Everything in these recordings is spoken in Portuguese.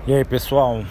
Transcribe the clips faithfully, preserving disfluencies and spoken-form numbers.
E aí, pessoal,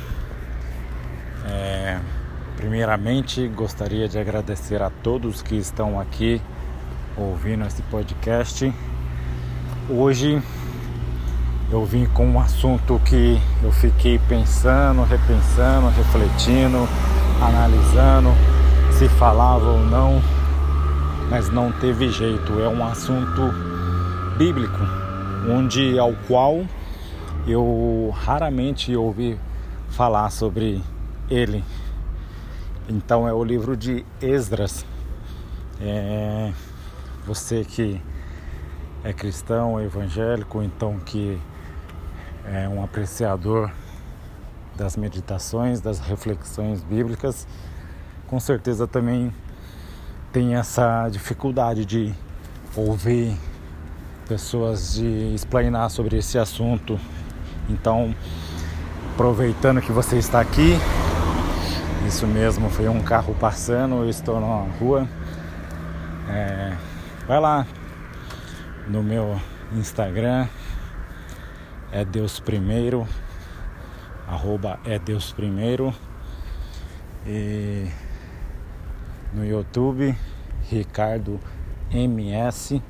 é, primeiramente gostaria de agradecer a todos que estão aqui ouvindo esse podcast. Hoje eu vim com um assunto que eu fiquei pensando, repensando, refletindo, analisando se falava ou não, mas não teve jeito. É um assunto bíblico, onde ao qual eu raramente ouvi falar sobre ele. Então é o livro de Esdras. É, você que é cristão, evangélico, então que é um apreciador das meditações, das reflexões bíblicas, com certeza também tem essa dificuldade de ouvir pessoas de explanar sobre esse assunto. Então, aproveitando que você está aqui, isso mesmo, foi um carro passando, eu estou na rua, é, vai lá no meu Instagram, é Deus Primeiro, arroba é Deus Primeiro, e no YouTube, Ricardo M S,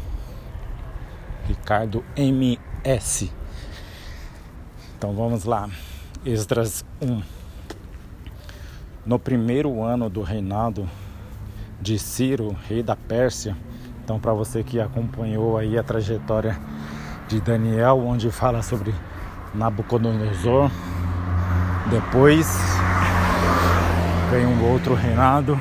Ricardo M S. Então vamos lá, Esdras um. No primeiro ano do reinado de Ciro, rei da Pérsia, então para você que acompanhou aí a trajetória de Daniel, onde fala sobre Nabucodonosor, depois vem um outro reinado,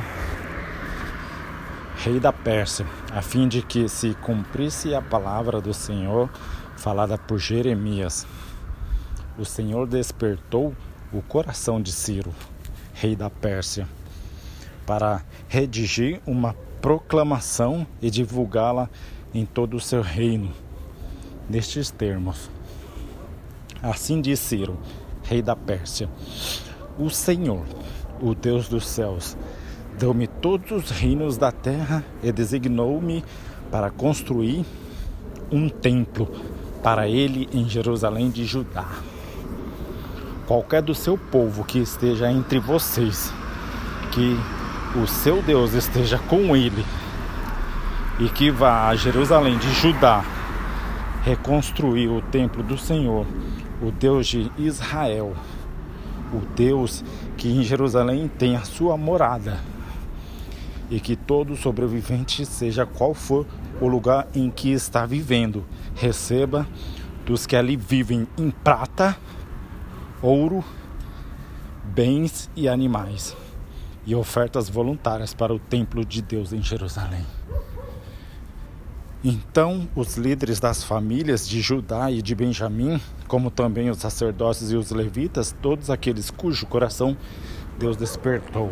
rei da Pérsia, a fim de que se cumprisse a palavra do Senhor falada por Jeremias. O Senhor despertou o coração de Ciro, rei da Pérsia, para redigir uma proclamação e divulgá-la em todo o seu reino, nestes termos. Assim diz Ciro, rei da Pérsia: o Senhor, o Deus dos céus, deu-me todos os reinos da terra e designou-me para construir um templo para ele em Jerusalém de Judá. Qualquer do seu povo que esteja entre vocês, que o seu Deus esteja com ele e que vá a Jerusalém de Judá reconstruir o templo do Senhor, o Deus de Israel, o Deus que em Jerusalém tem a sua morada, e que todo sobrevivente, seja qual for o lugar em que está vivendo, receba dos que ali vivem em prata, ouro, bens e animais, e ofertas voluntárias para o templo de Deus em Jerusalém. Então os líderes das famílias de Judá e de Benjamim, como também os sacerdotes e os levitas, todos aqueles cujo coração Deus despertou,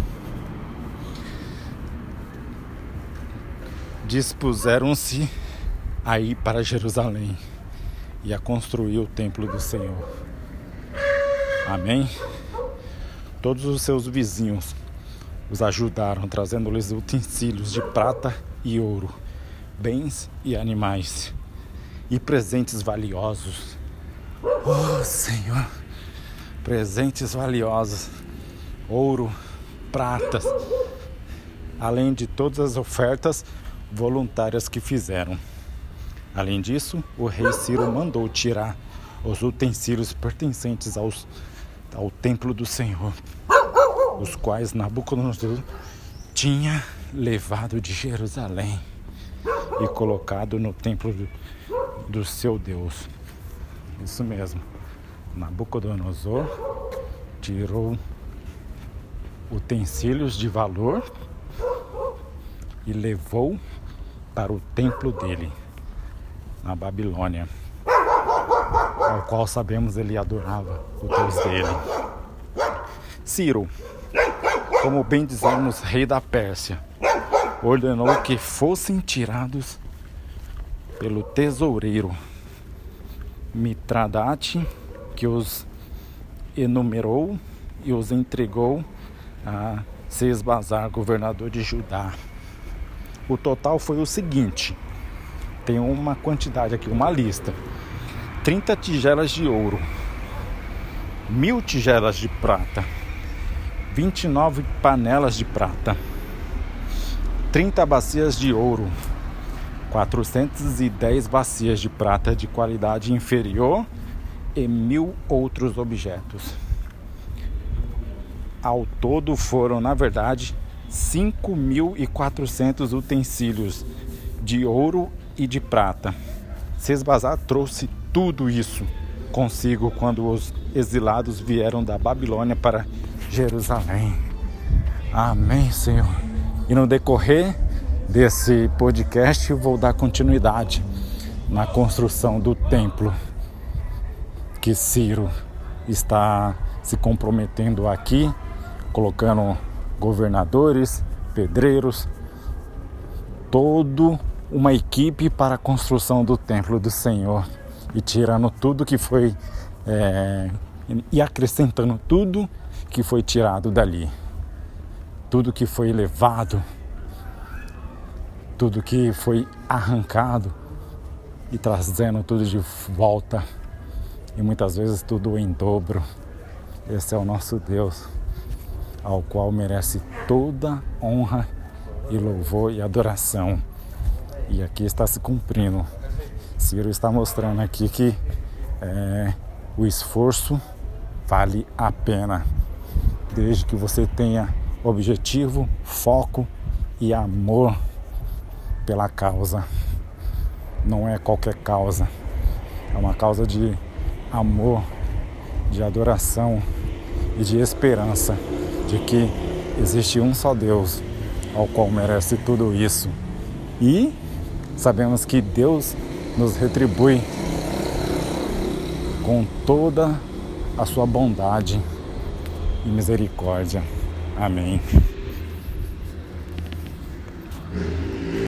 dispuseram-se a ir para Jerusalém e a construir o templo do Senhor. Amém? Todos os seus vizinhos os ajudaram, trazendo-lhes utensílios de prata e ouro, bens e animais, e presentes valiosos. Oh, Senhor! Presentes valiosos, ouro, pratas, além de todas as ofertas voluntárias que fizeram. Além disso, o rei Ciro mandou tirar os utensílios pertencentes aos, ao templo do Senhor, os quais Nabucodonosor tinha levado de Jerusalém e colocado no templo do, do seu Deus. Isso mesmo, Nabucodonosor tirou utensílios de valor e levou para o templo dele, na Babilônia, ao qual sabemos ele adorava o Deus dele. Ciro, como bem dizemos, rei da Pérsia, ordenou que fossem tirados pelo tesoureiro Mitradate, que os enumerou e os entregou a Sesbazar, governador de Judá. O total foi o seguinte: tem uma quantidade aqui, uma lista: trinta tigelas de ouro, mil tigelas de prata, vinte e nove panelas de prata, trinta bacias de ouro, quatrocentas e dez bacias de prata de qualidade inferior e mil outros objetos. Ao todo foram, na verdade, cinco mil e quatrocentos utensílios de ouro e de prata. Sesbazar trouxe tudo isso consigo quando os exilados vieram da Babilônia para Jerusalém. Amém, Senhor. E no decorrer desse podcast eu vou dar continuidade na construção do templo que Ciro está se comprometendo aqui, colocando governadores, pedreiros, toda uma equipe para a construção do templo do Senhor, e tirando tudo que foi é, e acrescentando tudo que foi tirado dali, tudo que foi levado, tudo que foi arrancado, e trazendo tudo de volta, e muitas vezes tudo em dobro. Esse é o nosso Deus, ao qual merece toda honra e louvor e adoração. E aqui está se cumprindo. Ciro está mostrando aqui que é, o esforço vale a pena, desde que você tenha objetivo, foco e amor pela causa. Não é qualquer causa, é uma causa de amor, de adoração e de esperança de que existe um só Deus ao qual merece tudo isso. E sabemos que Deus nos retribui com toda a sua bondade e misericórdia. Amém.